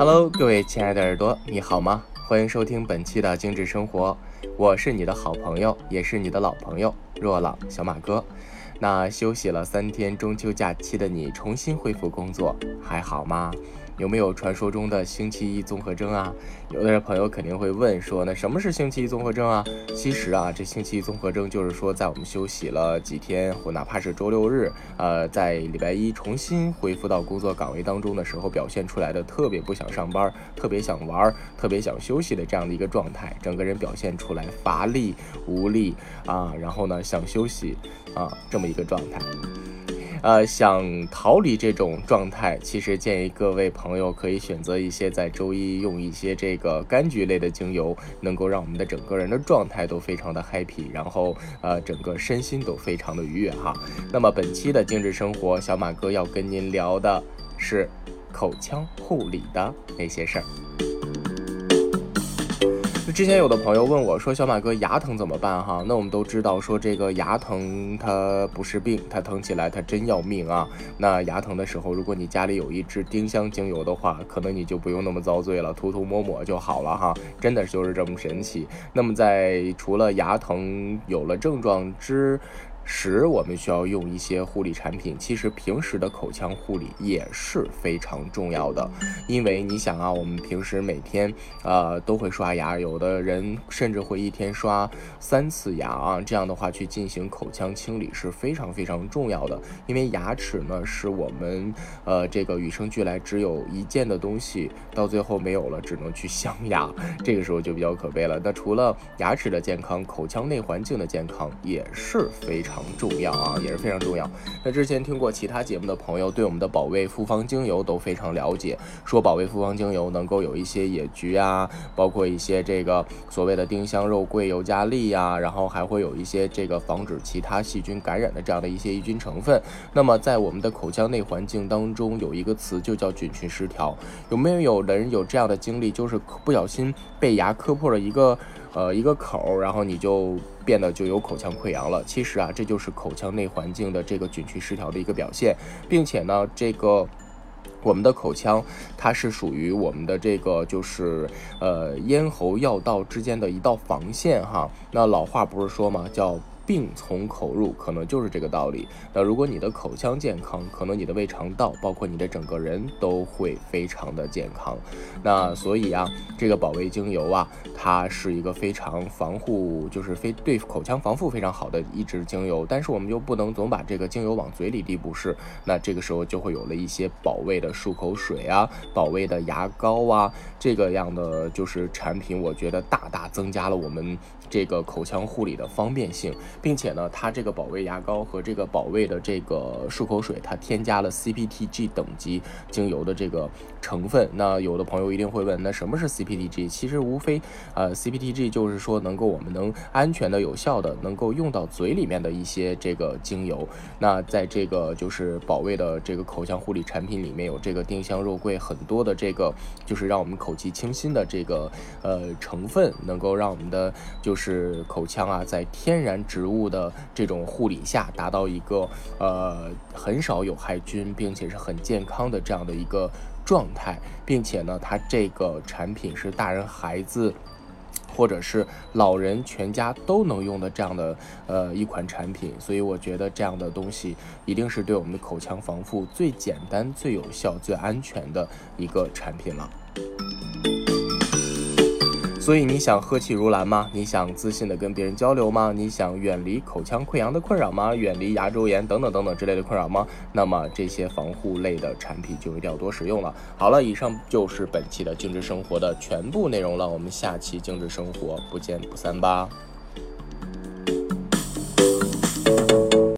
Hello， 各位亲爱的耳朵，你好吗？欢迎收听本期的精致生活，我是你的好朋友，也是你的老朋友若朗小马哥。那休息了3天中秋假期的你，重新恢复工作，还好吗？有没有传说中的星期一综合征啊？有的朋友肯定会问说，那什么是星期一综合征啊？其实啊，这星期一综合征就是说，在我们休息了几天，或哪怕是周六日，在礼拜一重新恢复到工作岗位当中的时候，表现出来的特别不想上班，特别想玩，特别想休息的这样的一个状态，整个人表现出来乏力无力啊，然后呢想休息啊，这么一个状态。想逃离这种状态，其实建议各位朋友可以选择一些在周一用一些这个柑橘类的精油，能够让我们的整个人的状态都非常的 happy， 然后整个身心都非常的愉悦哈。那么本期的精致生活，小马哥要跟您聊的是口腔护理的那些事儿。之前有的朋友问我说，小马哥牙疼怎么办哈？那我们都知道说这个牙疼它不是病，它疼起来它真要命啊。那牙疼的时候，如果你家里有一支丁香精油的话，可能你就不用那么遭罪了，涂涂抹抹就好了哈，真的就是这么神奇。那么在除了牙疼有了症状之时，我们需要用一些护理产品，其实平时的口腔护理也是非常重要的。因为你想啊，我们平时每天都会刷牙，有的人甚至会一天刷3次牙啊，这样的话去进行口腔清理是非常非常重要的。因为牙齿呢是我们这个与生俱来只有一件的东西，到最后没有了，只能去镶牙，这个时候就比较可悲了。那除了牙齿的健康，口腔内环境的健康也是非常重要啊，也是非常重要。那之前听过其他节目的朋友对我们的保卫复方精油都非常了解，说保卫复方精油能够有一些野菊啊，包括一些这个所谓的丁香、肉桂、尤加利啊，然后还会有一些这个防止其他细菌感染的这样的一些抑菌成分。那么在我们的口腔内环境当中有一个词就叫菌群失调，有没有人有这样的经历，就是不小心被牙磕破了一个口，然后你就变得就有口腔溃疡了？其实啊，这就是口腔内环境的这个菌群失调的一个表现，并且呢，这个我们的口腔它是属于我们的这个就是咽喉药道之间的一道防线哈。那老话不是说嘛，叫病从口入，可能就是这个道理。那如果你的口腔健康，可能你的胃肠道包括你的整个人都会非常的健康。那所以啊，这个保卫精油啊，它是一个非常防护，就是对口腔防护非常好的一支精油，但是我们就不能总把这个精油往嘴里滴，不是？那这个时候就会有了一些保卫的漱口水啊，保卫的牙膏啊，这个样的就是产品，我觉得大大增加了我们这个口腔护理的方便性。并且呢，它这个保卫牙膏和这个保卫的这个漱口水，它添加了 CPTG 等级精油的这个成分。那有的朋友一定会问，那什么是 CPTG？ 其实无非CPTG 就是说我们能安全的、有效的能够用到嘴里面的一些这个精油。那在这个就是保卫的这个口腔护理产品里面有这个丁香、肉桂很多的这个就是让我们口气清新的这个成分，能够让我们的就是口腔啊在天然植物的这种护理下达到一个很少有害菌并且是很健康的这样的一个状态。并且呢，它这个产品是大人孩子或者是老人全家都能用的这样的一款产品，所以我觉得这样的东西一定是对我们的口腔防护最简单、最有效、最安全的一个产品了。所以你想喝气如兰吗？你想自信的跟别人交流吗？你想远离口腔溃疡的困扰吗？远离牙周炎等等等等之类的困扰吗？那么这些防护类的产品就一定要多使用了。好了，以上就是本期的精致生活的全部内容了，我们下期精致生活不见不散吧。